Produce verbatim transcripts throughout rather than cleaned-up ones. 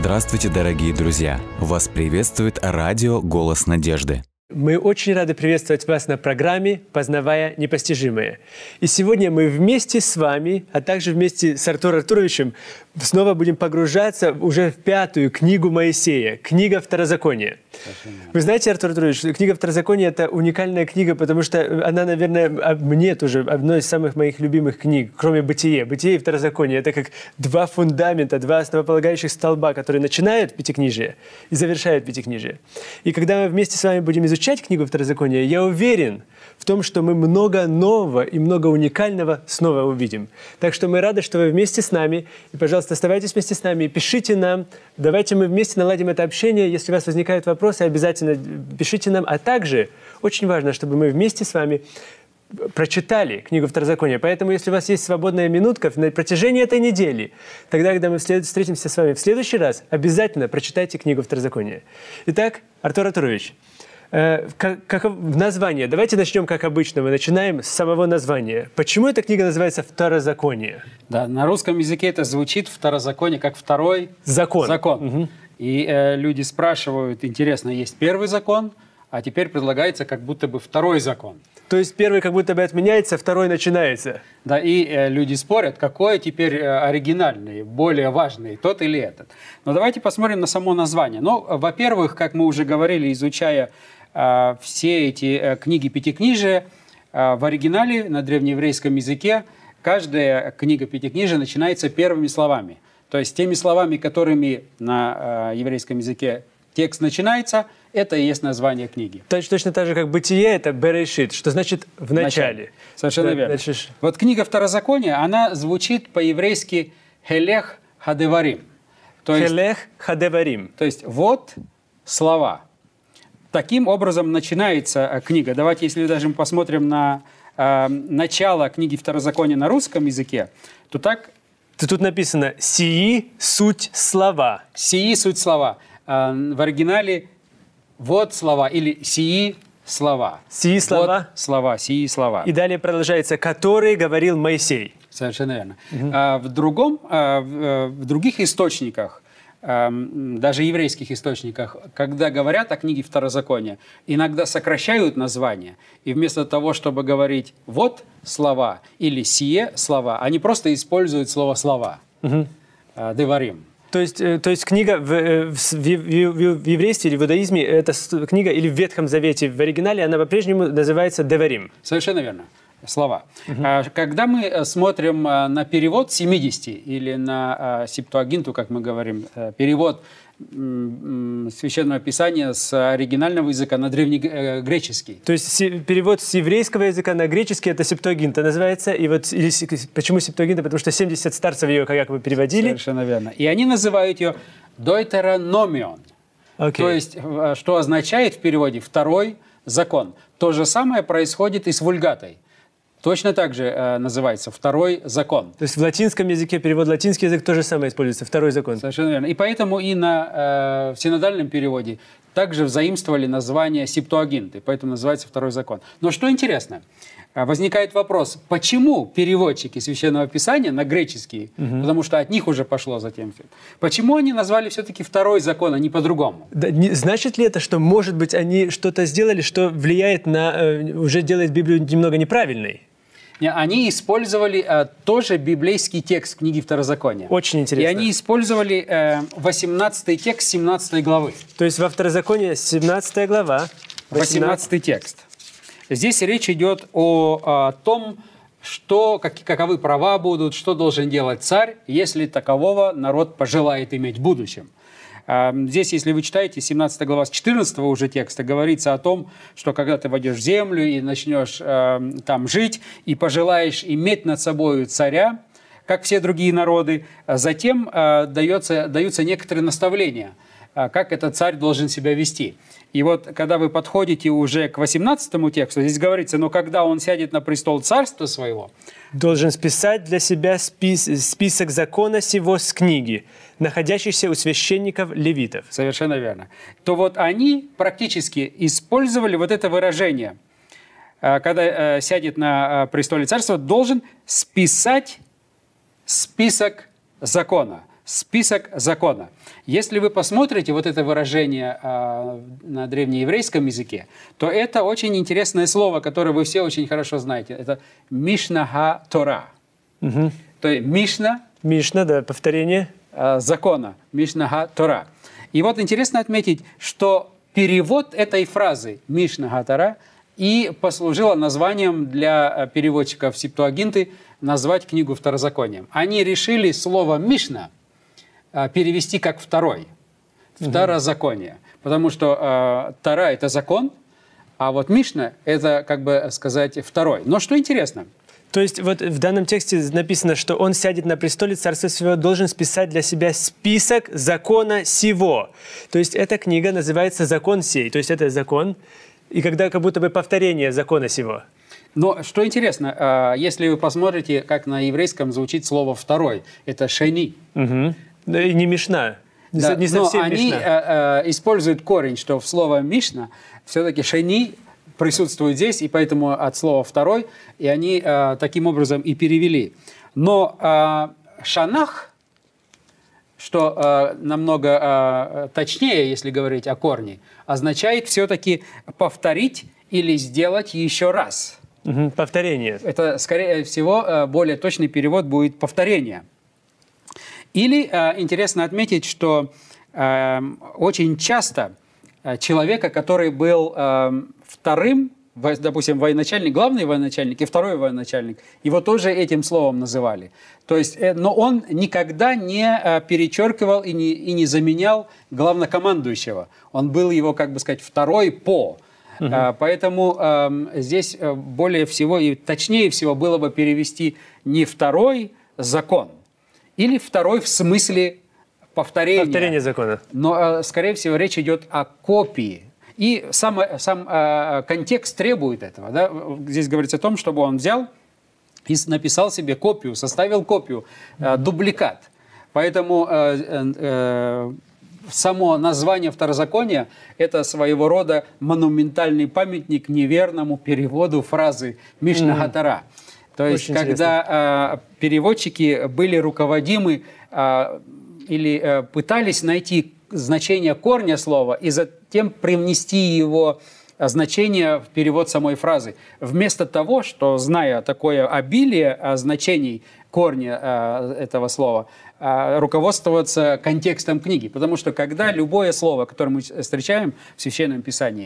Здравствуйте, дорогие друзья! Вас приветствует радио «Голос надежды». Мы очень рады приветствовать вас на программе «Познавая непостижимое». И сегодня мы вместе с вами, а также вместе с Артуром Артуровичем, снова будем погружаться уже в пятую книгу Моисея, книга Второзакония. Вы знаете, Артур Артурович, книга Второзакония – это уникальная книга, потому что она, наверное, мне тоже одной из самых моих любимых книг, кроме «Бытие». «Бытие» и «Второзаконие» – это как два фундамента, два основополагающих столба, которые начинают Пятикнижие и завершают Пятикнижие. И когда мы вместе с вами будем изучать книгу Второзакония, я уверен в том, что мы много нового и много уникального снова увидим. Так что мы рады, что вы вместе с нами. И, пожалуйста, оставайтесь вместе с нами и пишите нам. Давайте мы вместе наладим это общение. Если у вас возникают вопросы, обязательно пишите нам. А также очень важно, чтобы мы вместе с вами прочитали книгу Второзакония. Поэтому, если у вас есть свободная минутка на протяжении этой недели, тогда, когда мы встретимся с вами в следующий раз, обязательно прочитайте книгу Второзакония. Итак, Артур Артурович, э, как, как название. Давайте начнем, как обычно. Мы начинаем с самого названия. Почему эта книга называется «Второзаконие»? Да, на русском языке это звучит «Второзаконие» как «второй закон». закон. Угу. И э, люди спрашивают, интересно, есть первый закон, а теперь предлагается как будто бы второй закон. То есть первый как будто бы отменяется, второй начинается. Да, и э, люди спорят, какой теперь э, оригинальный, более важный, тот или этот. Но давайте посмотрим на само название. Ну, во-первых, как мы уже говорили, изучая э, все эти э, книги Пятикнижия, э, в оригинале на древнееврейском языке каждая книга Пятикнижия начинается первыми словами. То есть теми словами, которыми на э, еврейском языке текст начинается, это и есть название книги. Точно, точно так же, как «Бытие» — это «берешит», что значит «в начале». начале. Совершенно да, верно. Дальше... Вот книга Второзакония, она звучит по-еврейски «хелех хадеварим». То есть, «Хелех хадеварим». То есть «вот слова». Таким образом начинается э, книга. Давайте, если даже мы посмотрим на э, начало книги Второзакония на русском языке, то так... Тут написано «сии суть слова». «Сии суть слова». Э, в оригинале «вот слова» или «сии слова». «Сии слова». Вот слова, «сии слова». И далее продолжается «который говорил Моисей». Совершенно верно. Угу. А, в, другом, а, в, в других источниках, а, даже еврейских источниках, когда говорят о книге Второзакония, иногда сокращают название. И вместо того, чтобы говорить «вот слова» или «сие слова», они просто используют слово «слова». Угу. А, «деварим». То есть, то есть книга в, в, в, в еврействе или в иудаизме, эта книга, или в Ветхом Завете в оригинале, она по-прежнему называется «деварим». Совершенно верно. Слова. Угу. Когда мы смотрим на перевод семидесяти или на септуагинту, как мы говорим, перевод Священного Писания с оригинального языка на древнегреческий. То есть перевод с еврейского языка на греческий — это септуагинта называется. И вот или, почему септуагинта? Потому что семьдесят старцев ее как бы переводили. Совершенно верно. И они называют ее «deuteronomion». Okay. То есть, что означает в переводе «второй закон». То же самое происходит и с вульгатой. Точно так же э, называется «второй закон». То есть в латинском языке, перевод латинский язык, то же самое используется, «второй закон». Совершенно верно. И поэтому и на, э, в синодальном переводе также взаимствовали название септуагинты, поэтому называется «второй закон». Но что интересно, возникает вопрос, почему переводчики Священного Писания на греческий, угу. потому что от них уже пошло затем все, почему они назвали все-таки «второй закон», а не по-другому? Да, не, значит ли это, что, может быть, они что-то сделали, что влияет на, э, уже делает Библию немного неправильной? Они использовали э, тоже библейский текст книги Второзакония. Очень интересно. И они использовали э, восемнадцатый текст семнадцатой главы. То есть во Второзаконии семнадцатая глава. восемнадцатый текст. Здесь речь идет о, о том, что, как, каковы права будут, что должен делать царь, если такового народ пожелает иметь в будущем. Здесь, если вы читаете, семнадцатая глава с четырнадцатого уже текста, говорится о том, что когда ты войдешь в землю и начнешь э, там жить, и пожелаешь иметь над собой царя, как все другие народы, затем э, дается, даются некоторые наставления, э, как этот царь должен себя вести. И вот, когда вы подходите уже к восемнадцатому тексту, здесь говорится, но когда он сядет на престол царства своего, должен списать для себя спис список закона сего с книги, находящихся у священников левитов. Совершенно верно. То вот они практически использовали вот это выражение, когда сядет на престоле царства, должен списать список закона. список закона. Если вы посмотрите вот это выражение э, на древнееврейском языке, то это очень интересное слово, которое вы все очень хорошо знаете. Это Мишна ха-Тора. Угу. То есть Мишна. Мишна, да, повторение. Э, закона. Мишна ха-Тора. И вот интересно отметить, что перевод этой фразы Мишна ха-Тора и послужило названием для переводчиков Септуагинты назвать книгу Второзаконием. Они решили слово Мишна перевести как второй, второзаконие. Потому что э, Тора – это закон, а вот Мишна – это, как бы сказать, второй. Но что интересно? То есть вот в данном тексте написано, что он сядет на престоле царства своего, должен списать для себя список закона сего. То есть эта книга называется «Закон сей». То есть это закон, и когда как будто бы повторение закона сего. Но что интересно, если вы посмотрите, как на еврейском звучит слово «второй», это «шени». Угу. И не Мишна, не, да, не совсем но они Мишна. Э, э, используют корень, что в слово «мишна» все-таки «шени» присутствует здесь, и поэтому от слова «второй», и они э, таким образом и перевели. Но э, «шанах», что э, намного э, точнее, если говорить о корне, означает все-таки повторить или сделать еще раз. Угу, повторение. Это, скорее всего, более точный перевод будет «повторение». Или э, интересно отметить, что э, очень часто человека, который был э, вторым, допустим, военачальник, главный военачальник и второй военачальник, его тоже этим словом называли. То есть, э, но он никогда не э, перечеркивал и не, и не заменял главнокомандующего. Он был его, как бы сказать, второй по. Угу. Э, поэтому э, здесь более всего и точнее всего было бы перевести не второй закон, или второй в смысле повторения. Повторение закона. Но, скорее всего, речь идет о копии. И сам, сам э, контекст требует этого. Да? Здесь говорится о том, чтобы он взял и написал себе копию, составил копию, э, дубликат. Поэтому э, э, само название Второзакония – это своего рода монументальный памятник неверному переводу фразы «Мишна ха-Тора». То есть, очень когда э, переводчики были руководимы э, или э, пытались найти значение корня слова и затем привнести его значение в перевод самой фразы, вместо того, что, зная такое обилие э, значений корня э, этого слова, э, руководствоваться контекстом книги. Потому что когда любое слово, которое мы встречаем в Священном Писании,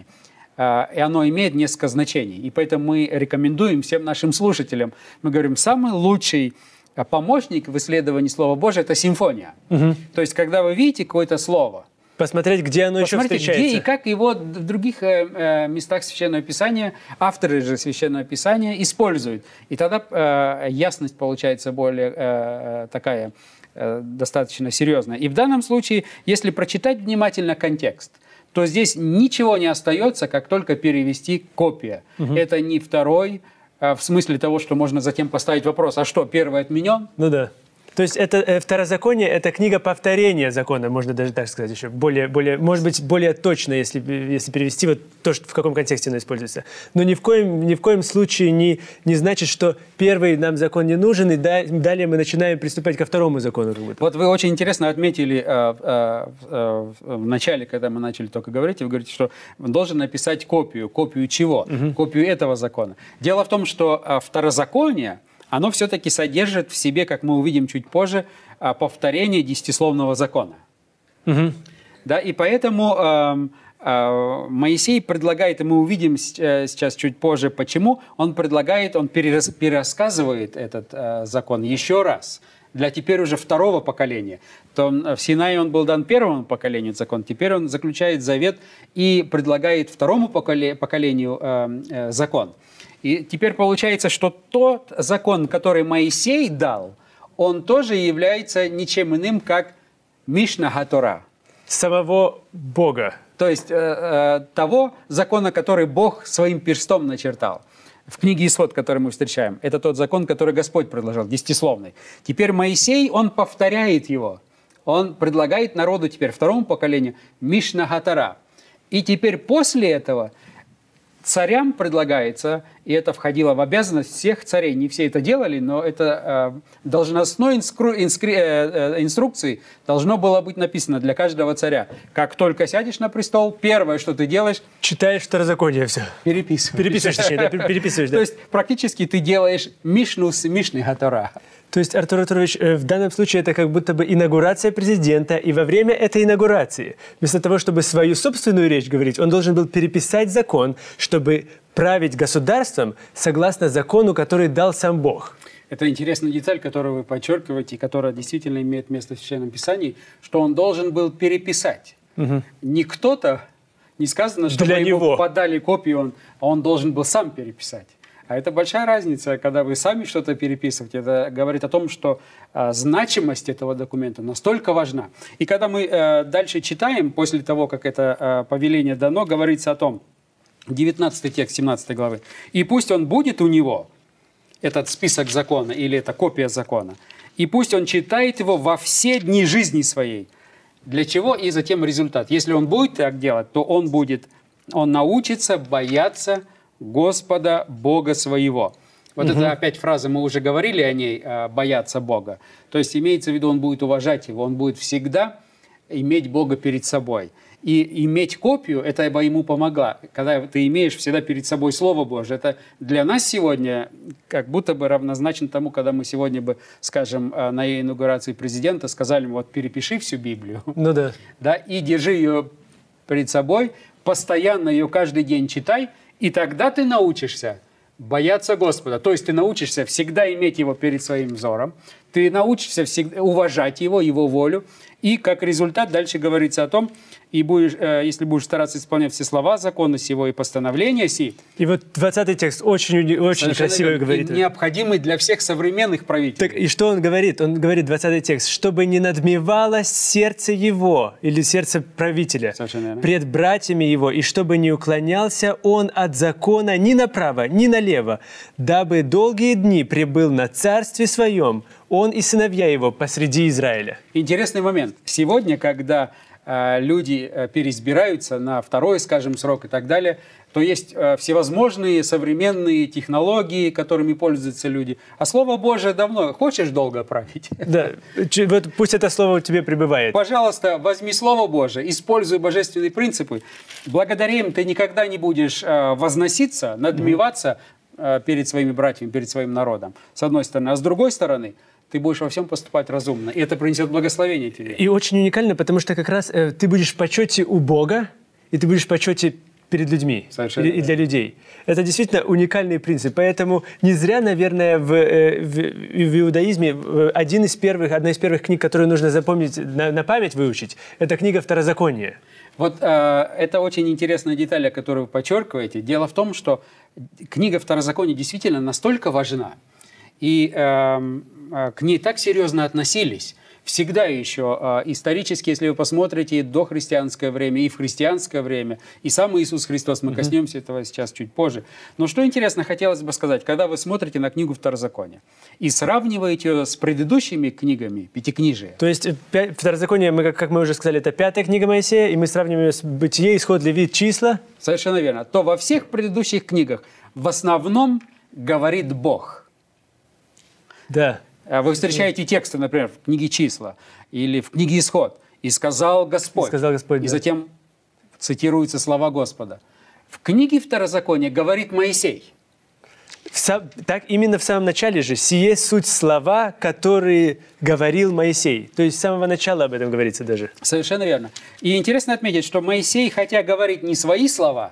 и оно имеет несколько значений. И поэтому мы рекомендуем всем нашим слушателям, мы говорим, самый лучший помощник в исследовании Слова Божия – это симфония. Угу. То есть, когда вы видите какое-то слово, посмотреть, где оно еще встречается. Где и как его в других э, местах Священного Писания, авторы же Священного Писания используют. И тогда э, ясность получается более э, такая, э, достаточно серьезная. И в данном случае, если прочитать внимательно контекст, то здесь ничего не остается, как только перевести копия. Угу. Это не второй, а в смысле того, что можно затем поставить вопрос, а что, первый отменен? Ну да. То есть это э, Второзаконие – это книга повторения закона, можно даже так сказать еще. Более, более, может быть, более точно, если, если перевести вот то, что, в каком контексте оно используется. Но ни в коем, ни в коем случае не, не значит, что первый нам закон не нужен, и да, далее мы начинаем приступать ко второму закону. Как будто. Вот вы очень интересно отметили э, э, э, в начале, когда мы начали только говорить, вы говорите, что он должен написать копию. Копию чего? Угу. Копию этого закона. Дело в том, что э, Второзаконие, оно все-таки содержит в себе, как мы увидим чуть позже, повторение десятисловного закона. Угу. Да, и поэтому э, э, Моисей предлагает, и мы увидим сейчас чуть позже, почему, он предлагает, он перерас, перерассказывает этот э, закон еще раз, для теперь уже второго поколения. То в Синае он был дан первому поколению закон, теперь он заключает завет и предлагает второму поколению э, э, закон. И теперь получается, что тот закон, который Моисей дал, он тоже является ничем иным, как Мишна ха-Тора. Самого Бога. То есть э, э, того закона, который Бог своим перстом начертал. В книге Исход, который мы встречаем, это тот закон, который Господь предложил, десятисловный. Теперь Моисей, он повторяет его. Он предлагает народу теперь, второму поколению, Мишна ха-Тора. И теперь после этого царям предлагается, и это входило в обязанность всех царей, не все это делали, но это э, должностной инскру, инскри, э, э, инструкции должно было быть написано для каждого царя. Как только сядешь на престол, первое, что ты делаешь... Читаешь второзаконие все. Переписываешь. Переписываешь, точнее, да, переписываешь, да. То есть практически ты делаешь Мишну с Мишны Гатора. То есть, Артур Артурович, в данном случае это как будто бы инаугурация президента, и во время этой инаугурации, вместо того, чтобы свою собственную речь говорить, он должен был переписать закон, чтобы править государством согласно закону, который дал сам Бог. Это интересная деталь, которую вы подчеркиваете, которая действительно имеет место в Священном Писании, что он должен был переписать. Угу. Не кто-то, не сказано, что Для ему него. подали копию, он, а он должен был сам переписать. А это большая разница, когда вы сами что-то переписываете. Это говорит о том, что э, значимость этого документа настолько важна. И когда мы э, дальше читаем, после того, как это э, повеление дано, говорится о том, девятнадцатый текст семнадцатой главы, «И пусть он будет у него, этот список закона, или эта копия закона, и пусть он читает его во все дни жизни своей». Для чего? И затем результат. Если он будет так делать, то он будет, он научится бояться Господа Бога своего. Вот угу. это опять фраза, мы уже говорили о ней, бояться Бога. То есть имеется в виду, он будет уважать его, он будет всегда иметь Бога перед собой. И иметь копию, это ему помогла. Когда ты имеешь всегда перед собой Слово Божие, это для нас сегодня как будто бы равнозначно тому, когда мы сегодня бы, скажем, на инаугурации президента сказали ему, вот перепиши всю Библию. Ну да. Да, и держи ее перед собой, постоянно ее каждый день читай, и тогда ты научишься бояться Господа. То есть ты научишься всегда иметь Его перед своим взором, ты научишься всегда уважать Его, Его волю, и как результат дальше говорится о том, и будешь, э, если будешь стараться исполнять все слова закона сего и постановления си. И вот двадцатый текст очень, очень красиво верно, говорит. Необходимый для всех современных правителей. Так, и что он говорит? Он говорит, двадцатый текст, чтобы не надмевалось сердце его, или сердце правителя, пред братьями его, и чтобы не уклонялся он от закона ни направо, ни налево, дабы долгие дни пребыл на царстве своем, он и сыновья его посреди Израиля. Интересный момент. Сегодня, когда э, люди э, переизбираются на второй, скажем, срок и так далее, то есть э, всевозможные современные технологии, которыми пользуются люди. А Слово Божие давно. Хочешь долго править? Да, вот пусть это слово у тебя пребывает. Пожалуйста, возьми Слово Божие, используй божественные принципы. Благодаря им ты никогда не будешь э, возноситься, надмеваться э, перед своими братьями, перед своим народом. С одной стороны. А с другой стороны, ты будешь во всем поступать разумно. И это принесет благословение тебе. И очень уникально, потому что как раз э, ты будешь в почете у Бога, и ты будешь в почете перед людьми. Совершенно и, и для людей. Это действительно уникальный принцип. Поэтому не зря, наверное, в, э, в, в иудаизме один из первых, одна из первых книг, которую нужно запомнить, на, на память выучить, это книга Второзакония. Вот э, это очень интересная деталь, которую вы подчеркиваете. Дело в том, что книга Второзакония действительно настолько важна, и э, к ней так серьезно относились. Всегда еще э, исторически, если вы посмотрите, и дохристианское время, и в христианское время, и сам Иисус Христос, мы mm-hmm. коснемся этого сейчас чуть позже. Но что интересно, хотелось бы сказать, когда вы смотрите на книгу Второзакония и сравниваете ее с предыдущими книгами Пятикнижия. То есть Второзаконие, мы, как мы уже сказали, это пятая книга Моисея, и мы сравниваем ее с Бытие, Исход, Левит, Числа. Совершенно верно. То во всех предыдущих книгах в основном говорит Бог. Да. Вы встречаете тексты, например, в книге «Числа» или в книге «Исход». «И сказал Господь». И, сказал Господь, и да. затем цитируются слова Господа. В книге Второзакония говорит Моисей. В сам, так именно в самом начале же «сие суть слова, которые говорил Моисей». То есть с самого начала об этом говорится даже. Совершенно верно. И интересно отметить, что Моисей, хотя говорит не свои слова,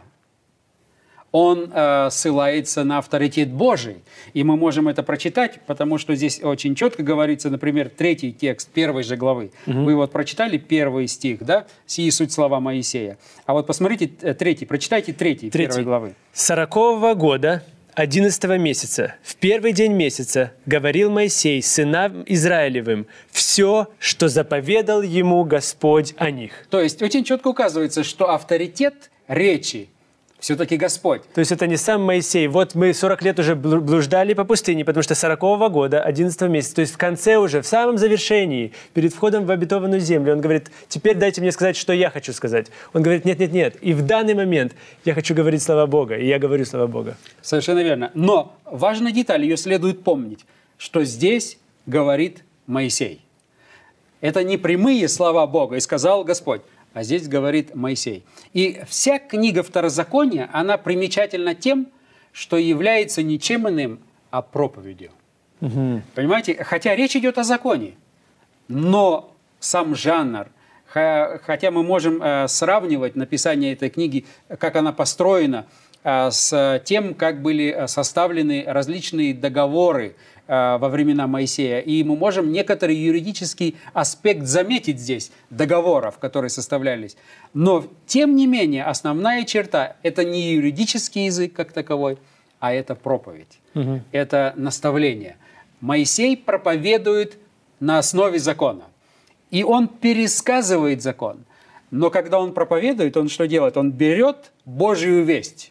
он э, ссылается на авторитет Божий. И мы можем это прочитать, потому что здесь очень четко говорится, например, третий текст первой же главы. Угу. Вы вот прочитали первый стих, да? «Сии суть слова Моисея». А вот посмотрите третий, прочитайте третий, третий. первой главы. «Сорокового года, одиннадцатого месяца, в первый день месяца, говорил Моисей сынам Израилевым все, что заповедал ему Господь о них». То есть очень четко указывается, что авторитет речи все-таки Господь. То есть это не сам Моисей. Вот мы сорок лет уже блуждали по пустыне, потому что сорокового года, одиннадцатого месяца, то есть в конце уже, в самом завершении, перед входом в обетованную землю, он говорит, теперь дайте мне сказать, что я хочу сказать. Он говорит, нет-нет-нет, и в данный момент я хочу говорить слова Бога, и я говорю слова Бога. Совершенно верно. Но важная деталь, ее следует помнить, что здесь говорит Моисей. Это не прямые слова Бога, и сказал Господь. А здесь говорит Моисей. И вся книга Второзакония, она примечательна тем, что является ничем иным, а проповедью. Угу. Понимаете? Хотя речь идет о законе, но сам жанр, хотя мы можем э, сравнивать написание этой книги, как она построена, э, с тем, как были составлены различные договоры во времена Моисея. И мы можем некоторый юридический аспект заметить здесь, договоров, которые составлялись. Но, тем не менее, основная черта – это не юридический язык как таковой, а это проповедь, угу. это наставление. Моисей проповедует на основе закона. И он пересказывает закон. Но когда он проповедует, он что делает? Он берет Божью весть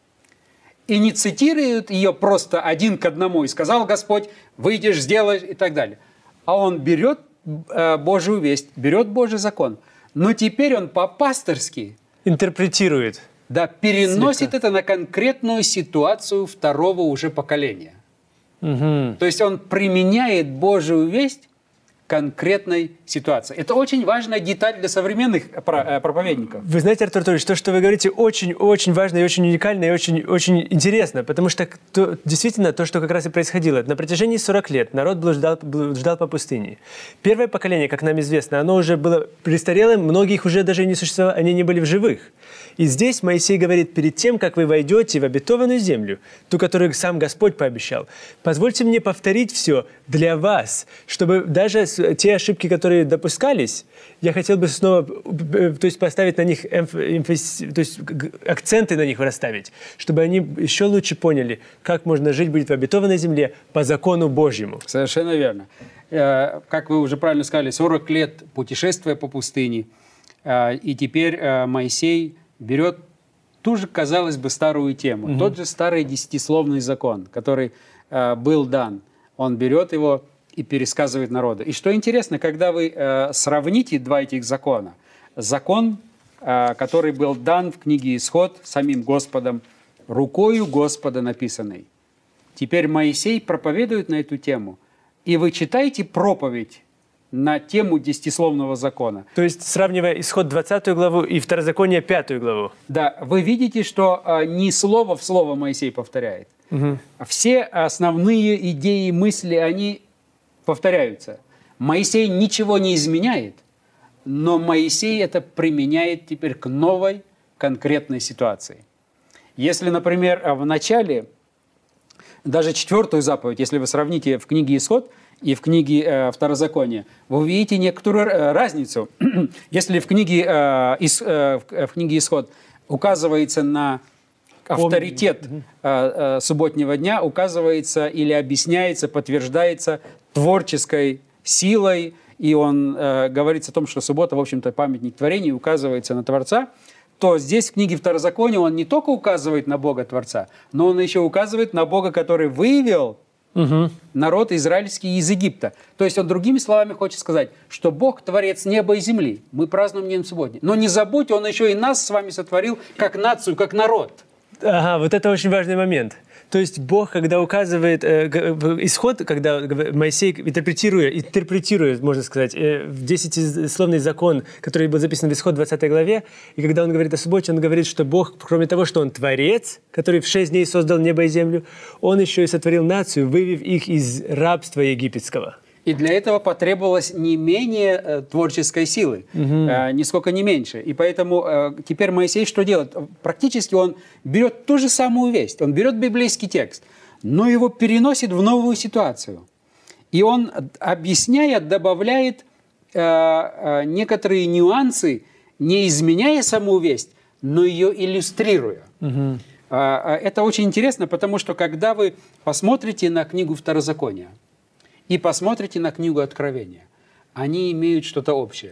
и не цитирует ее просто один к одному, и сказал Господь, выйдешь, сделаешь и так далее. А он берет э, Божью весть, берет Божий закон, но теперь он по-пасторски интерпретирует. Да, переносит слегка это на конкретную ситуацию второго уже поколения. Угу. То есть он применяет Божию весть конкретной ситуации. Это очень важная деталь для современных проповедников. Вы знаете, Артур Анатольевич, то, что вы говорите, очень-очень важно и очень уникально, и очень, очень интересно, потому что то, действительно то, что как раз и происходило. На протяжении сорока лет народ блуждал, блуждал по пустыне. Первое поколение, как нам известно, оно уже было престарелым, многих уже даже не существовало, они не были в живых. И здесь Моисей говорит, перед тем, как вы войдете в обетованную землю, ту, которую сам Господь пообещал, позвольте мне повторить все для вас, чтобы даже те ошибки, которые допускались, я хотел бы снова, то есть поставить на них, эмфаз, то есть акценты на них расставить, чтобы они еще лучше поняли, как можно жить будет в обетованной земле по закону Божьему. Совершенно верно. Как вы уже правильно сказали, сорок лет путешествия по пустыне, и теперь Моисей берет ту же, казалось бы, старую тему, угу. тот же старый десятисловный закон, который э, был дан. Он берет его и пересказывает народу. И что интересно, когда вы э, сравните два этих закона, закон, э, который был дан в книге «Исход» самим Господом, рукою Господа написанный. Теперь Моисей проповедует на эту тему, и вы читаете проповедь на тему десятисловного закона. То есть, сравнивая Исход двадцатую главу и Второзаконие пятую главу. Да, вы видите, что а, не слово в слово Моисей повторяет. Угу. Все основные идеи, мысли, они повторяются. Моисей ничего не изменяет, но Моисей это применяет теперь к новой конкретной ситуации. Если, например, в начале, даже четвертую заповедь, если вы сравните в книге «Исход», и в книге э, Второзакония, вы увидите некоторую э, разницу. Если в книге, э, ис, э, в книге «Исход» указывается на авторитет э, э, субботнего дня, указывается или объясняется, подтверждается творческой силой, и он э, говорится о том, что суббота, в общем-то, памятник творения, указывается на Творца, то здесь в книге Второзакония он не только указывает на Бога Творца, но он еще указывает на Бога, который вывел Угу. народ израильский из Египта. То есть он другими словами хочет сказать, что Бог творец неба и земли. Мы празднуем День субботний. Но не забудьте, Он еще и нас с вами сотворил как нацию, как народ. Ага, вот это очень важный момент. То есть Бог, когда указывает э, исход, когда Моисей, интерпретируя, интерпретирует, можно сказать, э, десятисловный закон, который был записан в Исход двадцатой главе, и когда он говорит о субботе, он говорит, что Бог, кроме того, что Он творец, который в шесть дней создал небо и землю, Он еще и сотворил нацию, вывев их из рабства египетского. И для этого потребовалось не менее э, творческой силы, угу. э, нисколько не меньше. И поэтому э, теперь Моисей что делает? Практически он берет ту же самую весть, он берет библейский текст, но его переносит в новую ситуацию. И он, объясняя, добавляет э, э, некоторые нюансы, не изменяя саму весть, но ее иллюстрируя. Угу. Э, это очень интересно, потому что когда вы посмотрите на книгу Второзакония, и посмотрите на книгу Откровения. Они имеют что-то общее.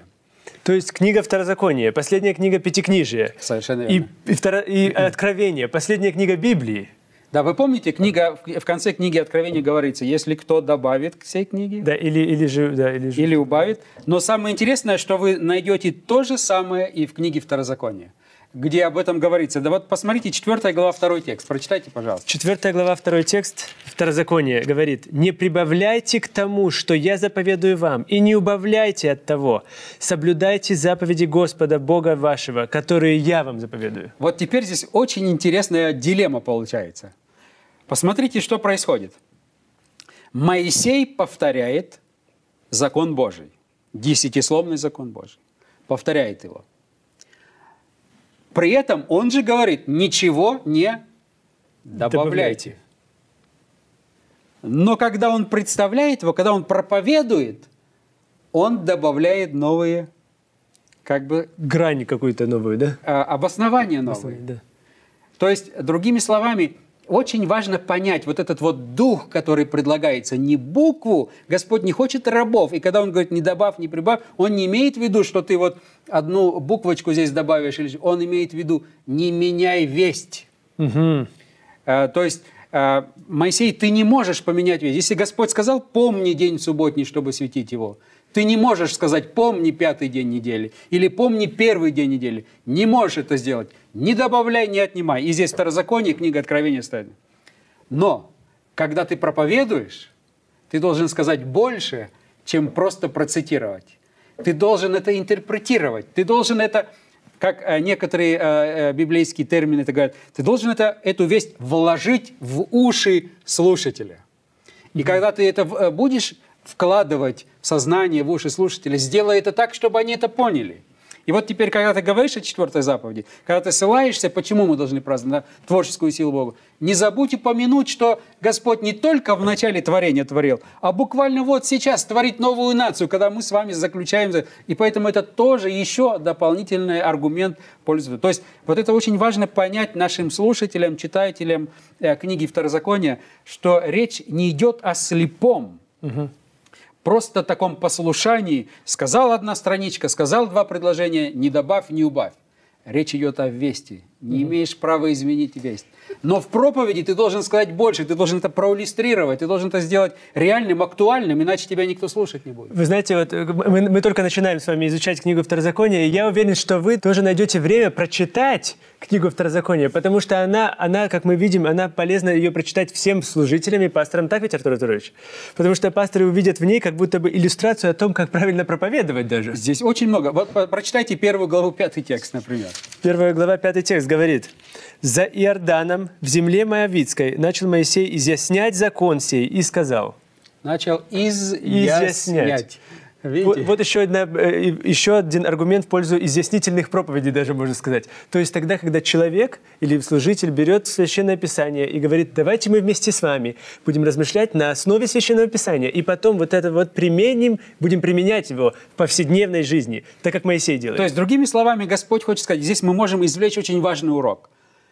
То есть книга Второзакония, последняя книга Пятикнижия. Совершенно И, верно. и, второ, и Откровение, последняя книга Библии. Да, вы помните, книга, в конце книги Откровения говорится, если кто добавит к всей книге, Да, или, или же, да, или же. или убавит. Но самое интересное, что вы найдете то же самое и в книге Второзакония, где об этом говорится. Да вот посмотрите, четвёртая глава, второй текст. Прочитайте, пожалуйста. Четвертая глава, второй текст Второзакония говорит: «Не прибавляйте к тому, что я заповедую вам, и не убавляйте от того. Соблюдайте заповеди Господа Бога вашего, которые я вам заповедую». Вот теперь здесь очень интересная дилемма получается. Посмотрите, что происходит. Моисей повторяет закон Божий, десятисловный закон Божий. Повторяет его. При этом он же говорит, ничего не добавляйте. Добавляйте. Но когда он представляет его, когда он проповедует, он добавляет новые, как бы, Грань какую-то новую, да? а, обоснования новые. Да. То есть, другими словами, очень важно понять вот этот вот дух, который предлагается, не букву. Господь не хочет рабов. И когда Он говорит, не добавь, не прибавь, Он не имеет в виду, что ты вот одну буквочку здесь добавишь. Он имеет в виду, не меняй весть. Угу. А, то есть, а, Моисей, ты не можешь поменять весть. Если Господь сказал, помни день субботний, чтобы светить его, ты не можешь сказать, помни пятый день недели или помни первый день недели. Не можешь это сделать. Не добавляй, не отнимай. И здесь Второзаконие, книга Откровения стоит. Но, когда ты проповедуешь, ты должен сказать больше, чем просто процитировать. Ты должен это интерпретировать. Ты должен это, как некоторые э, библейские термины это говорят, ты должен это, эту весть вложить в уши слушателя. И когда ты это будешь вкладывать в сознание, в уши слушателя, сделай это так, чтобы они это поняли. И вот теперь, когда ты говоришь о четвертой заповеди, когда ты ссылаешься, почему мы должны праздновать да, творческую силу Бога, не забудь упомянуть, что Господь не только в начале творения творил, а буквально вот сейчас творит новую нацию, когда мы с вами заключаем. И поэтому это тоже еще дополнительный аргумент пользователя. То есть вот это очень важно понять нашим слушателям, читателям э, книги Второзакония, что речь не идет о слепом. Угу. Просто таком послушании сказал одна страничка, сказал два предложения, не добавь, не убавь. Речь идет о вести. Не mm-hmm. имеешь права изменить весть. Но в проповеди ты должен сказать больше, ты должен это проиллюстрировать, ты должен это сделать реальным, актуальным, иначе тебя никто слушать не будет. Вы знаете, вот мы, мы только начинаем с вами изучать книгу Второзакония, и я уверен, что вы тоже найдете время прочитать книгу Второзакония, потому что она, она, как мы видим, она полезна ее прочитать всем служителям и пасторам. Так ведь, Артур Артурович? Потому что пасторы увидят в ней как будто бы иллюстрацию о том, как правильно проповедовать даже. Здесь очень много. Вот прочитайте первую главу, пятый текст, например. Первая глава, пятый текст говорит: «За Иорданом, в земле Моавитской, начал Моисей изъяснять закон сей и сказал». Начал изъяснять. Вот, вот еще, одна, еще один аргумент в пользу изъяснительных проповедей, даже можно сказать. То есть тогда, когда человек или служитель берет Священное Писание и говорит, давайте мы вместе с вами будем размышлять на основе Священного Писания, и потом вот это вот применим, будем применять его в повседневной жизни, так как Моисей делает. То есть, другими словами, Господь хочет сказать, здесь мы можем извлечь очень важный урок.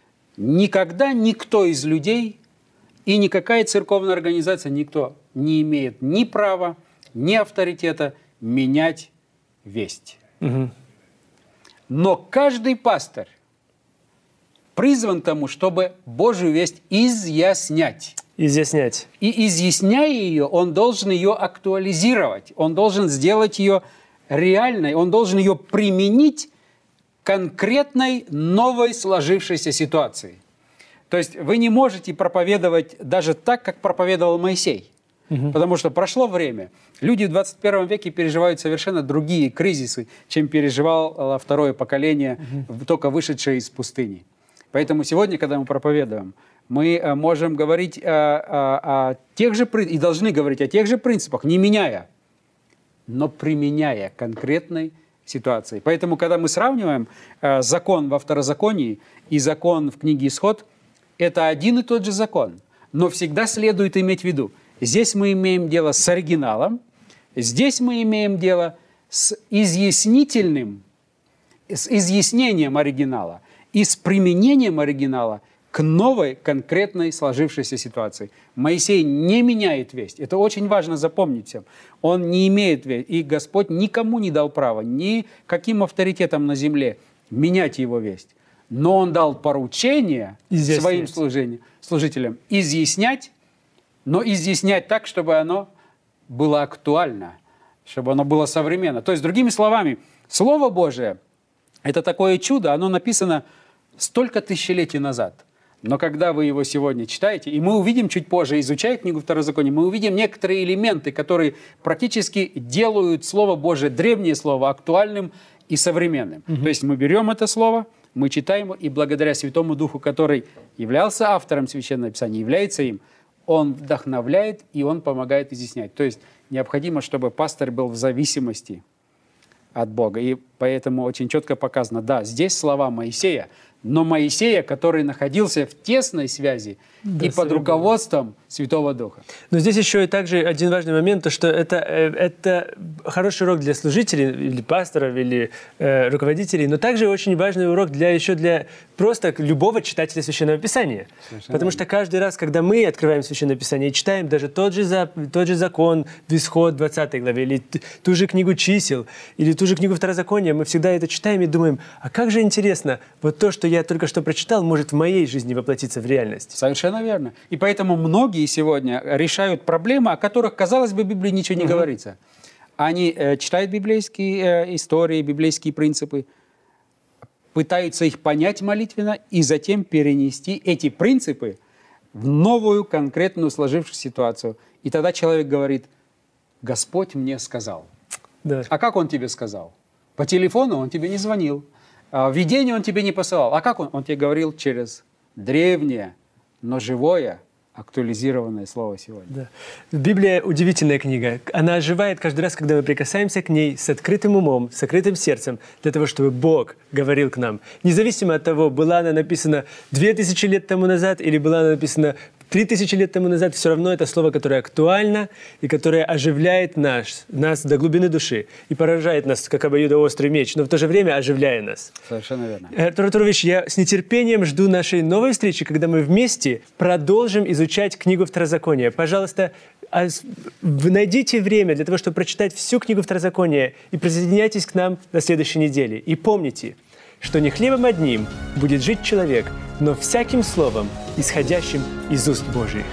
Никогда никто из людей и никакая церковная организация, никто не имеет ни права, ни авторитета менять весть. Угу. Но каждый пастор призван к тому, чтобы Божью весть изъяснять. Изъяснять. И изъясняя ее, он должен ее актуализировать, он должен сделать ее реальной, он должен ее применить к конкретной новой сложившейся ситуации. То есть вы не можете проповедовать даже так, как проповедовал Моисей. Потому что прошло время. Люди в двадцать первом веке переживают совершенно другие кризисы, чем переживало второе поколение, uh-huh. только вышедшее из пустыни. Поэтому сегодня, когда мы проповедуем, мы можем говорить о, о, о тех же, и должны говорить о тех же принципах, не меняя, но применяя конкретной ситуации. Поэтому, когда мы сравниваем закон во Второзаконии и закон в книге Исход, это один и тот же закон. Но всегда следует иметь в виду, здесь мы имеем дело с оригиналом, здесь мы имеем дело с изъяснительным, с изъяснением оригинала и с применением оригинала к новой конкретной сложившейся ситуации. Моисей не меняет весть. Это очень важно запомнить всем. Он не имеет весть. И Господь никому не дал права, никаким авторитетом на земле менять его весть. Но Он дал поручение своим служителям изъяснять, но изъяснять так, чтобы оно было актуально, чтобы оно было современно. То есть, другими словами, Слово Божие – это такое чудо, оно написано столько тысячелетий назад. Но когда вы его сегодня читаете, и мы увидим чуть позже, изучая книгу Второзакония, мы увидим некоторые элементы, которые практически делают Слово Божие, древнее Слово, актуальным и современным. Угу. То есть мы берем это Слово, мы читаем его, и благодаря Святому Духу, который являлся автором Священного Писания, является им, он вдохновляет и он помогает изъяснять. То есть необходимо, чтобы пастырь был в зависимости от Бога. И поэтому очень четко показано, да, здесь слова Моисея, но Моисея, который находился в тесной связи да, и под руководством Святого Духа. Но здесь еще и также один важный момент, то что это, это хороший урок для служителей, или пасторов, или э, руководителей, но также очень важный урок для, еще для просто любого читателя Священного Писания. Совершенно. Потому что каждый раз, когда мы открываем Священное Писание и читаем даже тот же, тот же закон в Исход двадцатой главе, или ту же книгу чисел, или ту же книгу Второзакония, мы всегда это читаем и думаем, а как же интересно, вот то, что я только что прочитал, может в моей жизни воплотиться в реальность. Совершенно верно. И поэтому многие сегодня решают проблемы, о которых, казалось бы, в Библии ничего не угу. говорится. Они э, читают библейские э, истории, библейские принципы, пытаются их понять молитвенно и затем перенести эти принципы в новую конкретную сложившуюся ситуацию. И тогда человек говорит, Господь мне сказал. Да. А как Он тебе сказал? По телефону Он тебе не звонил. Видение Он тебе не посылал. А как Он? Он тебе говорил через древнее, но живое, актуализированное слово сегодня. Да. Библия удивительная книга. Она оживает каждый раз, когда мы прикасаемся к ней с открытым умом, с открытым сердцем, для того, чтобы Бог говорил к нам. Независимо от того, была она написана две тысячи лет тому назад или была она написана три тысячи лет тому назад, все равно это слово, которое актуально и которое оживляет наш, нас до глубины души и поражает нас, как обоюдоострый меч, но в то же время оживляя нас. Совершенно верно. Артур Артурович, я с нетерпением жду нашей новой встречи, когда мы вместе продолжим изучать книгу Второзакония. Пожалуйста, найдите время для того, чтобы прочитать всю книгу Второзакония и присоединяйтесь к нам на следующей неделе. И помните, что не хлебом одним будет жить человек, но всяким словом, исходящим из уст Божьих.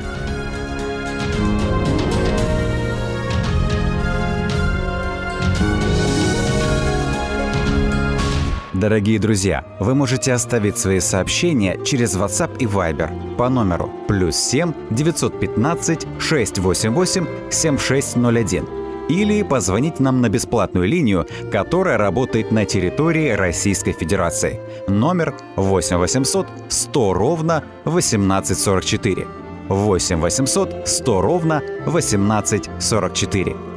Дорогие друзья, вы можете оставить свои сообщения через WhatsApp и Viber по номеру плюс семь девятьсот пятнадцать шестьсот восемьдесят восемь семьдесят шесть ноль один или позвонить нам на бесплатную линию, которая работает на территории Российской Федерации. Номер восемь восемьсот сто ровно восемнадцать сорок четыре. восемь восемьсот сто ровно восемнадцать сорок четыре.